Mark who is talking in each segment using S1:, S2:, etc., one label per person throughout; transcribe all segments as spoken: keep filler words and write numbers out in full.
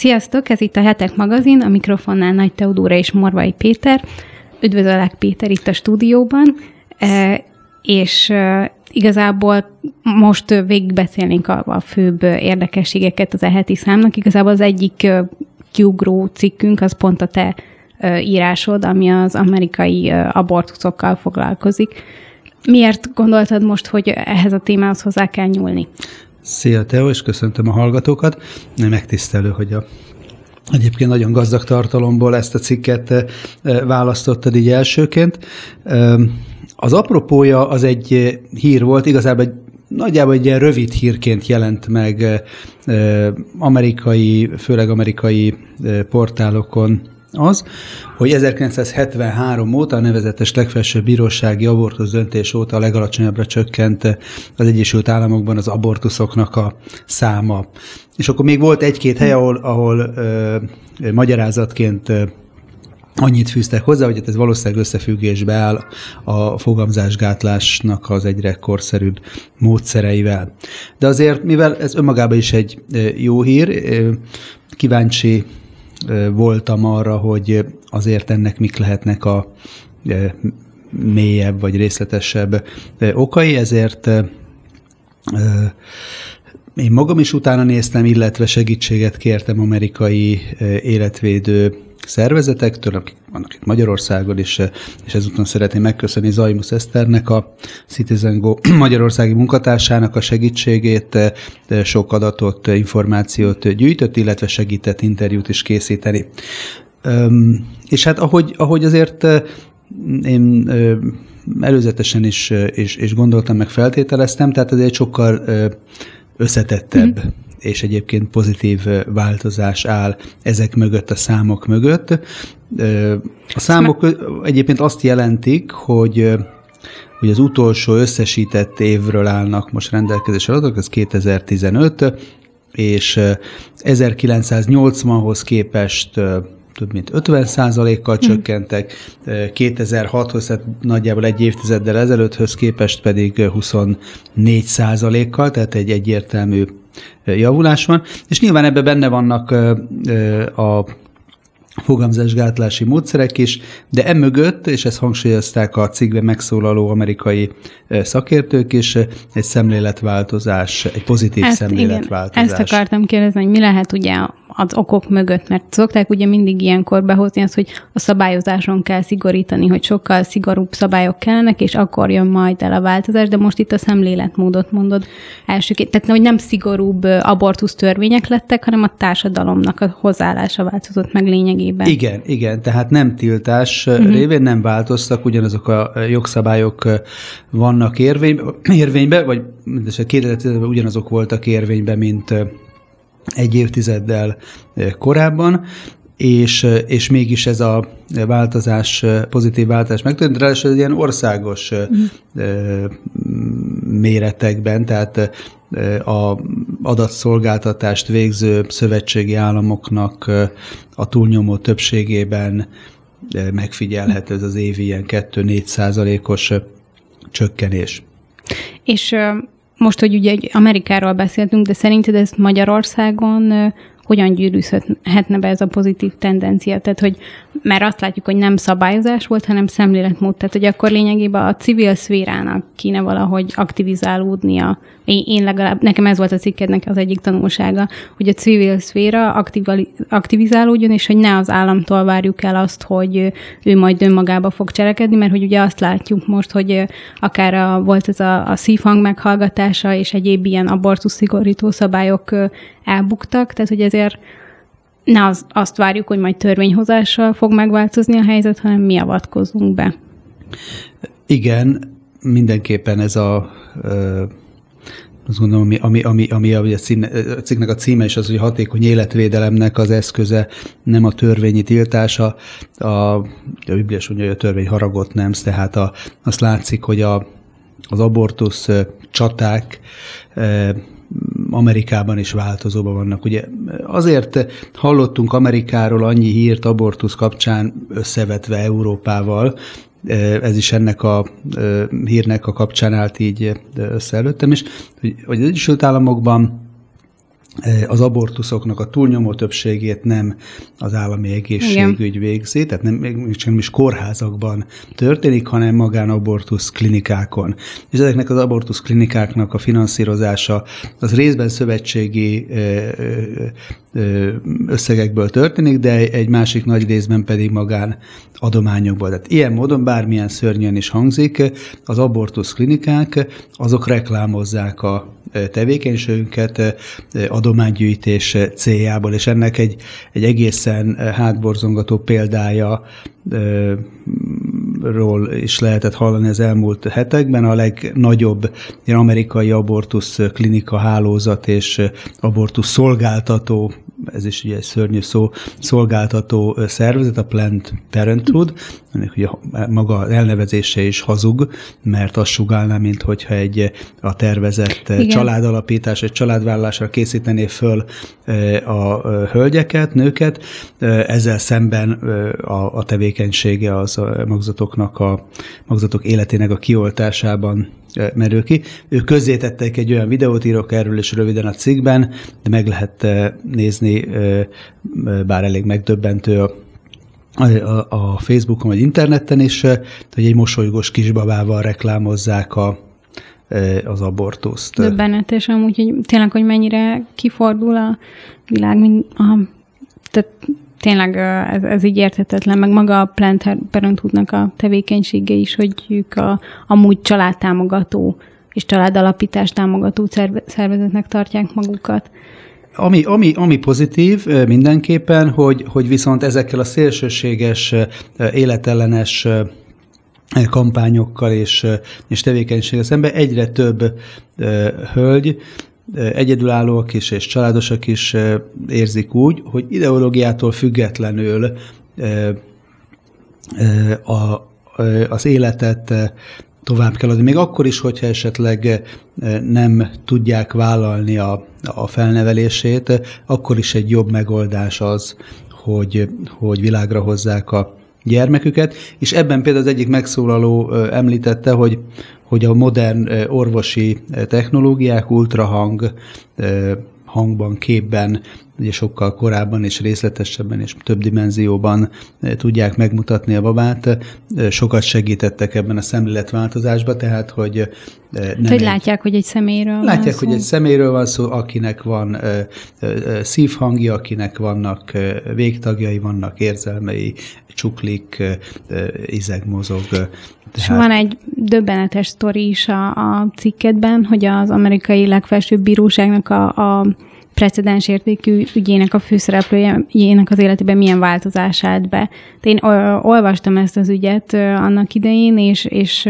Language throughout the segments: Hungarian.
S1: Sziasztok, ez itt a Hetek magazin, a mikrofonnál Nagy Teodóra és Morvai Péter. Üdvözöllek, Péter, itt a stúdióban, és igazából most végigbeszélnénk a, a főbb érdekességeket az e heti számnak. Igazából az egyik kiugró cikkünk az pont a te írásod, ami az amerikai abortuszokkal foglalkozik. Miért gondoltad most, hogy ehhez a témához hozzá kell nyúlni?
S2: Szia, Teo, és köszöntöm a hallgatókat. Megtisztelő, hogy a egyébként nagyon gazdag tartalomból ezt a cikket választottad így elsőként. Az apropója az egy hír volt, igazából egy, nagyjából egy ilyen rövid hírként jelent meg amerikai, főleg amerikai portálokon az, hogy ezerkilencszázhetvenhárom óta, a nevezetes legfelsőbb bírósági abortusz döntés óta a legalacsonyabbra csökkent az Egyesült Államokban az abortuszoknak a száma. És akkor még volt egy-két hely, ahol, ahol ö, magyarázatként ö, annyit fűztek hozzá, hogy ez valószínűleg összefüggésbe áll a fogamzásgátlásnak az egyre korszerűbb módszereivel. De azért, mivel ez önmagában is egy jó hír, kíváncsi voltam arra, hogy azért ennek mik lehetnek a mélyebb vagy részletesebb okai, ezért én magam is utána néztem, illetve segítséget kértem amerikai életvédő szervezetektől, akik vannak itt Magyarországon is, és ezúton szeretném megköszönni Zajmusz Eszternek, a Citizen Go magyarországi munkatársának a segítségét, sok adatot, információt gyűjtött, illetve segített interjút is készíteni. És hát ahogy, ahogy azért én előzetesen is, is, is gondoltam, meg feltételeztem, tehát ez egy sokkal összetettebb mm. és egyébként pozitív változás áll ezek mögött, a számok mögött. A számok egyébként azt jelentik, hogy, hogy az utolsó összesített évről állnak most rendelkezésre adatok, ez kétezer-tizenöt, és ezerkilencszáznyolcvanhoz képest több mint ötven százalékkal hmm. csökkentek, kétezer-hathoz, tehát nagyjából egy évtizeddel ezelőtthöz képest pedig huszonnégy százalékkal, tehát egy egyértelmű javulás van, és nyilván ebben benne vannak a fogamzásgátlási módszerek is, de emögött, és ezt hangsúlyozták a cikkben megszólaló amerikai szakértők is, egy szemléletváltozás, egy pozitív ezt, szemléletváltozás.
S1: Igen, ezt akartam kérdezni, hogy mi lehet ugye az okok mögött, mert szokták ugye mindig ilyenkor behozni azt, hogy a szabályozáson kell szigorítani, hogy sokkal szigorúbb szabályok kellenek, és akkor jön majd el a változás, de most itt a szemléletmódot mondod elsőként. Tehát, hogy nem szigorúbb abortusz törvények lettek, hanem a társadalomnak a hozzáállása változott meg lényegében. Igen,
S2: igen, tehát nem tiltás uh-huh. révén nem változtak, ugyanazok a jogszabályok vannak érvényben, érvénybe, vagy kétezer-tízben ugyanazok voltak érvényben, mint egy évtizeddel korábban, és, és mégis ez a változás, pozitív változás megtörtént, ráadásul ilyen országos mm. méretekben, tehát a adatszolgáltatást végző szövetségi államoknak a túlnyomó többségében megfigyelhető ez az évi ilyen kettő-négy százalékos csökkenés.
S1: És most, hogy ugye Amerikáról beszéltünk, de szerinted ez Magyarországon hogyan gyűrűzhetne be ez a pozitív tendencia? Tehát, hogy már azt látjuk, hogy nem szabályozás volt, hanem szemléletmód. Tehát, hogy akkor lényegében a civil szférának kéne valahogy aktivizálódnia. Én, én legalább, nekem ez volt a cikkednek az egyik tanulsága, hogy a civil szféra aktivizálódjon, és hogy ne az államtól várjuk el azt, hogy ő majd önmagába fog cselekedni, mert hogy ugye azt látjuk most, hogy akár a, volt ez a, a szívhang meghallgatása, és egyéb ilyen abortusz szigorító szabályok elbuktak, tehát hogy ezért ne az, azt várjuk, hogy majd törvényhozással fog megváltozni a helyzet, hanem mi avatkozunk be.
S2: Igen, mindenképpen ez a azt gondolom, ami, ami, ami, ami a, cím, a cikknek a címe is az, hogy hatékony életvédelemnek az eszköze, nem a törvényi tiltása. A, a Biblia is mondja, hogy a törvény haragot nemsz, tehát a, azt látszik, hogy a, az abortusz csaták Amerikában is változóban vannak. Ugye azért hallottunk Amerikáról annyi hírt abortusz kapcsán összevetve Európával, ez is ennek a hírnek a kapcsán állt így össze előttem is, hogy az Egyesült Államokban az abortuszoknak a túlnyomó többségét nem az állami egészségügy végzi, tehát nem, nem is kórházakban történik, hanem magánabortusz klinikákon. És ezeknek az abortusz klinikáknak a finanszírozása az részben szövetségi összegekből történik, de egy másik nagy részben pedig magán adományokból. Tehát ilyen módon bármilyen szörnyen is hangzik, az abortusz klinikák azok reklámozzák a tevékenységünket adománygyűjtés céljából, és ennek egy, egy egészen hátborzongató példája ról is lehetett hallani az elmúlt hetekben. A legnagyobb ilyen amerikai abortusz klinika hálózat és abortusz szolgáltató, ez is ugye egy szörnyű szó, szolgáltató szervezet, a Planned Parenthood, ugye maga elnevezése is hazug, mert azt sugálná, mint hogyha egy a tervezett Igen. családalapítás, egy családvállalásra készítené föl a hölgyeket, nőket, ezzel szemben a, a tevékenysége az a magzatoknak a magzatok életének a kioltásában merül ki. Ők közzétettek egy olyan videót, írok erről is röviden a cikkben, de meg lehet nézni, bár elég megdöbbentő a A, a Facebookon vagy interneten is, hogy egy mosolygós kisbabával reklámozzák a, az abortuszt.
S1: Döbbenetes amúgy, hogy tényleg, hogy mennyire kifordul a világ, mint a, tehát tényleg ez, ez így érthetetlen, meg maga a Planned Parenthoodnak a tevékenysége is, hogy ők a, amúgy családtámogató és családalapítást támogató szervezetnek tartják magukat.
S2: Ami, ami, ami pozitív mindenképpen, hogy, hogy viszont ezekkel a szélsőséges, életellenes kampányokkal és, és tevékenységgel szemben egyre több hölgy, egyedülállóak is és családosak is érzik úgy, hogy ideológiától függetlenül a, az életet tovább kell adni. Még akkor is, hogyha esetleg nem tudják vállalni a, a felnevelését, akkor is egy jobb megoldás az, hogy, hogy világra hozzák a gyermeküket. És ebben például az egyik megszólaló említette, hogy, hogy a modern orvosi technológiák, ultrahang, hangban, képben, ugye sokkal korábban és részletesebben és több dimenzióban tudják megmutatni a babát. Sokat segítettek ebben a szemléletváltozásban, tehát, hogy nem
S1: hogy egy, látják, hogy egy személyről
S2: Látják,
S1: van
S2: hogy
S1: szó.
S2: egy személyről van szó, akinek van szívhangja, akinek vannak végtagjai, vannak érzelmei, csuklik, izeg mozog.
S1: És Tehát... van egy döbbenetes sztori is a, a cikkedben, hogy az amerikai legfelsőbb bíróságnak a, a precedens értékű ügyének a főszereplőjének az életében milyen változás állt be. De én olvastam ezt az ügyet annak idején, és, és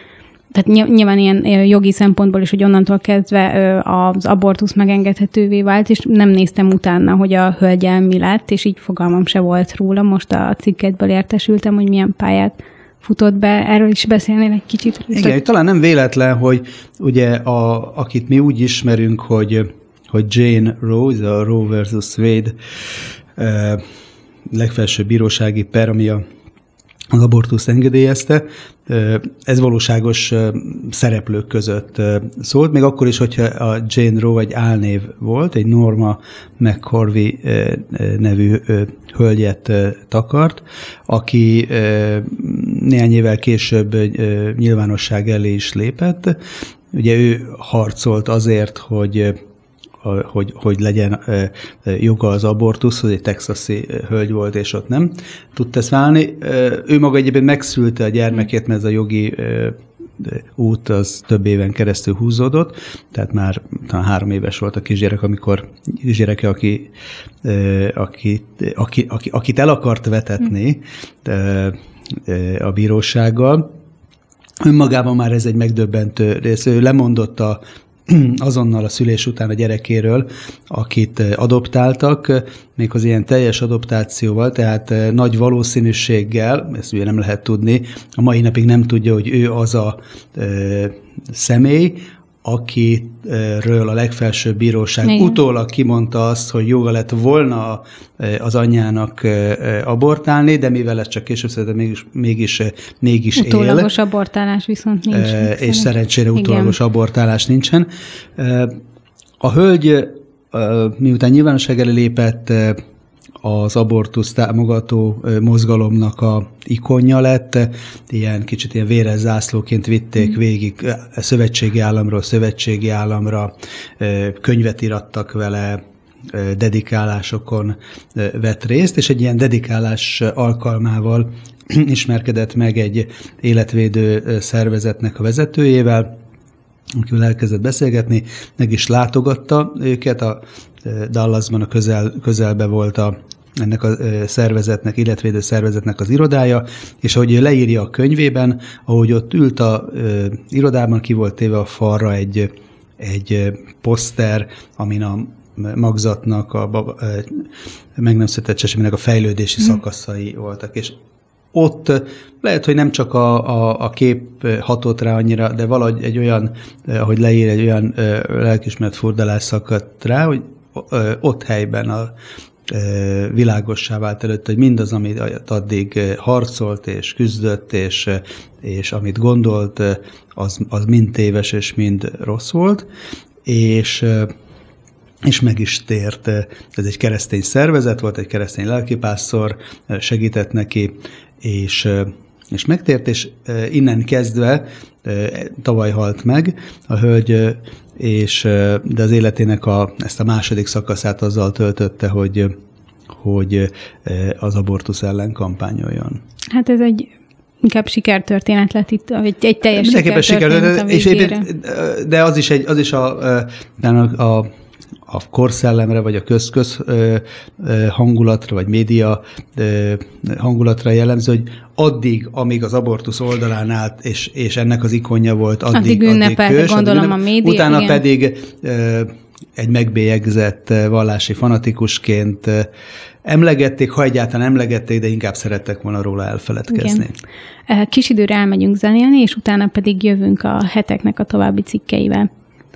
S1: tehát nyilván ilyen jogi szempontból is, hogy onnantól kezdve az abortusz megengedhetővé vált, és nem néztem utána, hogy a hölgyel mi lett, és így fogalmam se volt róla. Most a cikketből értesültem, hogy milyen pályát futott be. Erről is beszélnél egy kicsit?
S2: Igen, hogy... talán nem véletlen, hogy ugye a, akit mi úgy ismerünk, hogy, hogy Jane Roe, a Roe versus Wade eh, legfelsőbb bírósági per, ami a az abortuszt engedélyezte, ez valóságos szereplők között szólt, még akkor is, hogyha a Jane Roe egy álnév volt, egy Norma McCorvey nevű hölgyet takart, aki néhány évvel később nyilvánosság elé is lépett. Ugye ő harcolt azért, hogy Hogy, hogy legyen joga az abortuszhoz, egy texasi hölgy volt, és ott nem tudta ezt válni. Ő maga egyébként megszülte a gyermekét, mert ez a jogi út az több éven keresztül húzódott, tehát már talán három éves volt a kisgyerek, amikor kisgyereke, aki, aki, aki, aki, akit el akart vetetni a bírósággal. Önmagában már ez egy megdöbbentő rész. Ő lemondott a azonnal a szülés után a gyerekéről, akit adoptáltak, méghozzá ilyen teljes adoptációval, tehát nagy valószínűséggel, ezt ugye nem lehet tudni, a mai napig nem tudja, hogy ő az a e, személy, akiről a legfelsőbb bíróság Igen. utólag kimondta azt, hogy joga lett volna az anyjának abortálni, de mivel ez csak később született, mégis, mégis, mégis él.
S1: Utólagos abortálás viszont nincs.
S2: És szerencsére utólagos Igen. abortálás nincsen. A hölgy miután nyilvánosság elé lépett, az abortusz támogató mozgalomnak a ikonja lett, ilyen kicsit ilyen véres zászlóként vitték mm. végig szövetségi államról szövetségi államra, könyvet irattak vele, dedikálásokon vett részt, és egy ilyen dedikálás alkalmával ismerkedett meg egy életvédő szervezetnek a vezetőjével, akivel elkezdett beszélgetni, meg is látogatta őket, a Dallasban a közel, közelbe volt a, ennek a szervezetnek, életvédő szervezetnek az irodája, és ahogy ő leírja a könyvében, ahogy ott ült a ö, irodában, ki volt téve a falra egy, egy poszter, amin a magzatnak, a, a, a meg nem született seseménynek a fejlődési hmm. szakaszai voltak, és ott lehet, hogy nem csak a, a, a kép hatott rá annyira, de valahogy egy olyan, ahogy leír, egy olyan lelkismeret furdalás szakadt rá, hogy ott helyben a, világossá vált előtt, hogy mindaz, amit addig harcolt és küzdött, és, és amit gondolt, az, az mind téves és mind rossz volt, és és meg is tért. Ez egy keresztény szervezet volt, egy keresztény lelkipásztor segített neki, és, és megtért, és innen kezdve tavaly halt meg a hölgy, és, de az életének a, ezt a második szakaszát azzal töltötte, hogy, hogy az abortusz ellen kampányoljon.
S1: Hát ez egy inkább sikertörténet lett itt, egy, egy teljes sikertörténet a végére.
S2: De az is, egy, az is a, a, a a korszellemre, vagy a köz-köz hangulatra, vagy média hangulatra jellemző, hogy addig, amíg az abortusz oldalán állt, és, és ennek az ikonja volt, addig,
S1: addig ünnepelte, gondolom ünnep, a média.
S2: Utána
S1: igen.
S2: pedig egy megbélyegzett vallási fanatikusként emlegették, ha egyáltalán emlegették, de inkább szerettek volna róla elfeledkezni.
S1: Igen. Kis időre elmegyünk zenélni, és utána pedig jövünk a heteknek a további cikkeivel.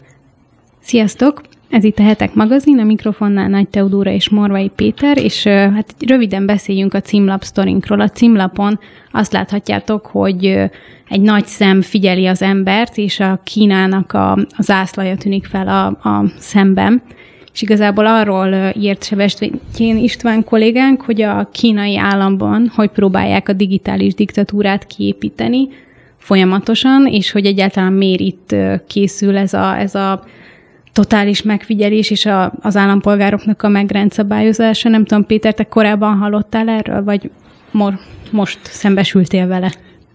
S1: Sziasztok! Ez itt a Hetek magazin, a mikrofonnál Nagy Teodóra és Morvai Péter, és hát röviden beszéljünk a címlap sztorinkról. A címlapon azt láthatjátok, hogy egy nagy szem figyeli az embert, és a Kínának a, a zászlaja tűnik fel a, a szemben. És igazából arról írt Sebestyén István kollégánk, hogy a kínai államban hogy próbálják a digitális diktatúrát kiépíteni folyamatosan, és hogy egyáltalán miért itt készül ez a, ez a totális megfigyelés és a, az állampolgároknak a megrendszabályozása. Nem tudom, Péter, te korábban hallottál erről, vagy mor, most szembesültél vele?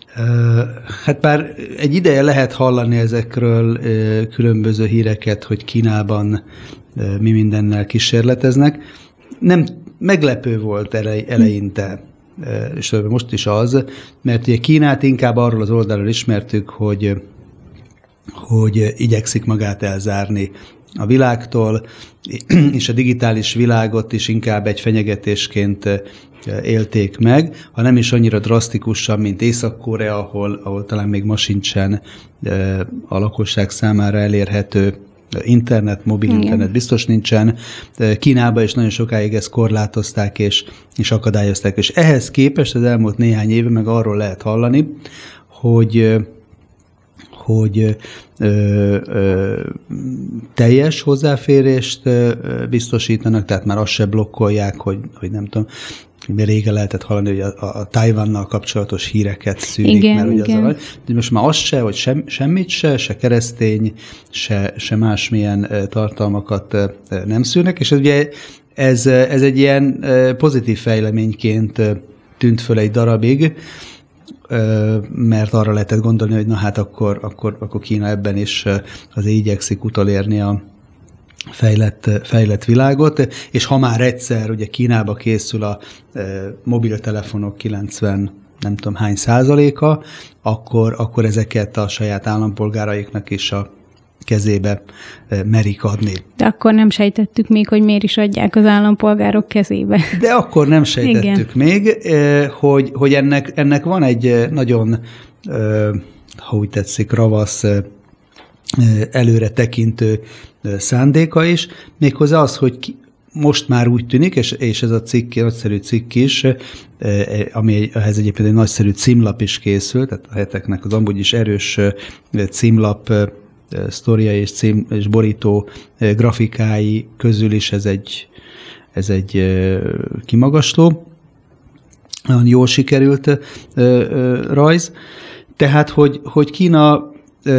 S2: Hát már egy ideje lehet hallani ezekről különböző híreket, hogy Kínában mi mindennel kísérleteznek. Nem meglepő volt elej, eleinte, és most is az, mert ugye Kínát inkább arról az oldalról ismertük, hogy hogy igyekszik magát elzárni a világtól, és a digitális világot is inkább egy fenyegetésként élték meg, ha nem is annyira drasztikusan, mint Észak-Korea, ahol, ahol talán még ma sincsen a lakosság számára elérhető internet, mobil Igen. internet biztos nincsen. Kínában is nagyon sokáig ezt korlátozták és, és akadályozták, és ehhez képest az elmúlt néhány éve meg arról lehet hallani, hogy hogy ö, ö, teljes hozzáférést ö, biztosítanak, tehát már azt se blokkolják, hogy, hogy nem tudom, régen lehetett hallani, hogy a, a Tajvannal kapcsolatos híreket szűrik, igen, mert ugye igen. az a, most már az se, hogy sem, semmit se, se keresztény, se, se másmilyen tartalmakat nem szűrnek, és ugye ez, ez egy ilyen pozitív fejleményként tűnt föl egy darabig, mert arra lehetett gondolni, hogy na hát akkor, akkor, akkor Kína ebben is azért igyekszik utolérni a fejlett, fejlett világot, és ha már egyszer ugye Kínába készül a mobiltelefonok kilencven nem tudom hány százaléka, akkor, akkor ezeket a saját állampolgáraiknak is a kezébe merik adni.
S1: De akkor nem sejtettük még, hogy miért is adják az állampolgárok kezébe.
S2: De akkor nem sejtettük Igen. még, hogy, hogy ennek, ennek van egy nagyon, ha úgy tetszik, ravasz, előre tekintő szándéka is, méghozzá az, hogy ki, most már úgy tűnik, és, és ez a cikk, nagyszerű cikk is, ami ehhez egyébként egy nagyszerű címlap is készült, tehát a heteknek az amúgy is erős címlap sztoria és, cím, és borító grafikái közül is ez egy, ez egy kimagasló, nagyon jól sikerült rajz. Tehát, hogy, hogy Kína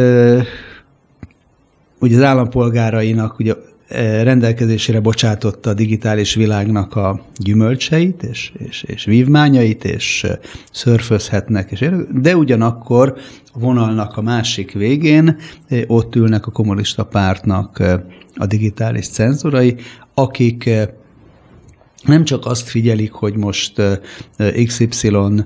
S2: ugye az állampolgárainak ugye rendelkezésére bocsátotta a digitális világnak a gyümölcseit, és, és, és vívmányait, és szörfözhetnek, és, de ugyanakkor a vonalnak a másik végén ott ülnek a kommunista pártnak a digitális cenzorai, akik nem csak azt figyelik, hogy most iksz ipszilon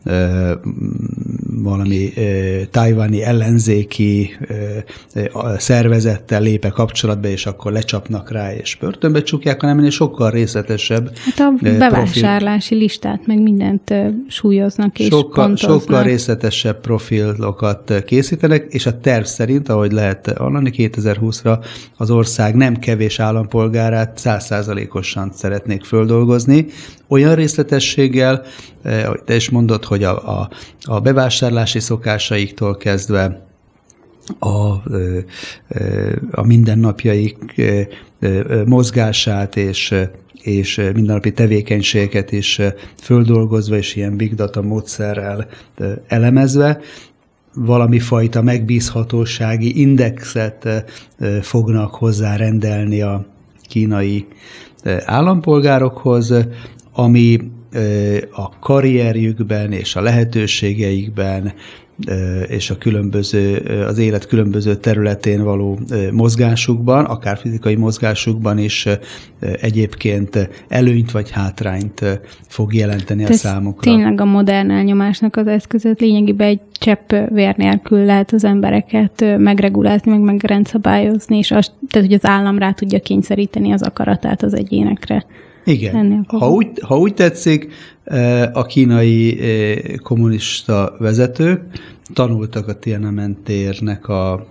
S2: valami tajvani ellenzéki szervezettel lép kapcsolatba, és akkor lecsapnak rá, és börtönbe csukják, hanem ennél sokkal részletesebb.
S1: Hát a bevásárlási profil, listát, meg mindent súlyoznak és
S2: sokkal,
S1: pontoznak.
S2: Sokkal részletesebb profilokat készítenek, és a terv szerint, ahogy lehet hallani, kétezer-húszra az ország nem kevés állampolgárát száz százalékosan szeretnék földolgozni, olyan részletességgel, ahogy te is mondod, hogy a, a, a bevásárlási szokásaiktól kezdve a, a mindennapjaik mozgását és, és mindennapi tevékenységeket is földolgozva, és ilyen big data módszerrel elemezve, valami fajta megbízhatósági indexet fognak hozzárendelni a kínai állampolgárokhoz, ami a karrierjükben és a lehetőségeikben és a különböző, az élet különböző területén való mozgásukban, akár fizikai mozgásukban is egyébként előnyt vagy hátrányt fog jelenteni
S1: Te
S2: a számukra.
S1: Tényleg a modern elnyomásnak az eszközött lényegében egy csepp vér nélkül lehet az embereket megregulázni, meg megrendszabályozni, és azt, tehát, hogy az állam rá tudja kényszeríteni az akaratát az egyénekre.
S2: Igen. Ha úgy, ha úgy tetszik, a kínai kommunista vezetők tanultak a Tiananmen térnek a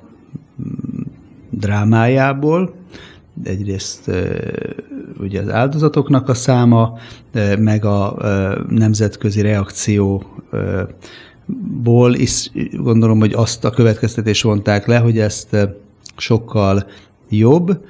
S2: drámájából, egyrészt ugye az áldozatoknak a száma, meg a nemzetközi reakcióból is gondolom, hogy azt a következtetést vonták le, hogy ezt sokkal jobb,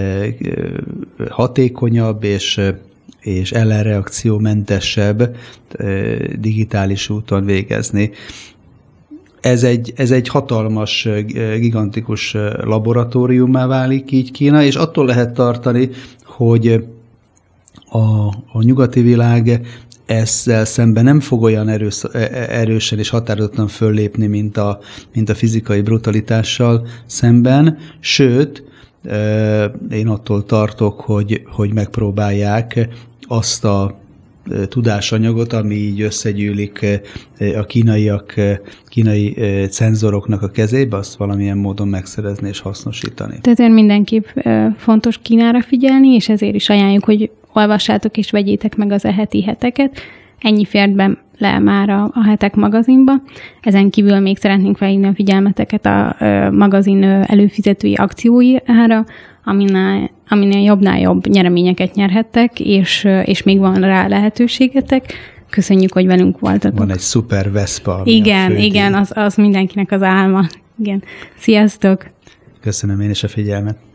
S2: hatékonyabb és, és ellenreakciómentesebb digitális úton végezni. Ez egy, ez egy hatalmas, gigantikus laboratóriummá válik így Kína, és attól lehet tartani, hogy a, a nyugati világ ezzel szemben nem fog olyan erős, erősen és határozottan föllépni, mint a, mint a fizikai brutalitással szemben, sőt, én attól tartok, hogy, hogy megpróbálják azt a tudásanyagot, ami így összegyűlik a kínaiak, kínai cenzoroknak a kezébe, azt valamilyen módon megszerezni és hasznosítani.
S1: Tehát mindenképp fontos Kínára figyelni, és ezért is ajánljuk, hogy olvassátok és vegyétek meg az e-heti heteket. Ennyi fért be le már a, a hetek magazinba. Ezen kívül még szeretnénk felhívni a figyelmeteket a, a magazin előfizetői akciójára, aminél, aminél jobbnál jobb nyereményeket nyerhettek, és, és még van rá lehetőségetek. Köszönjük, hogy velünk voltatok.
S2: Van egy szuper Vespa.
S1: Igen, igen, az, az mindenkinek az álma. Igen. Sziasztok!
S2: Köszönöm én is a figyelmet.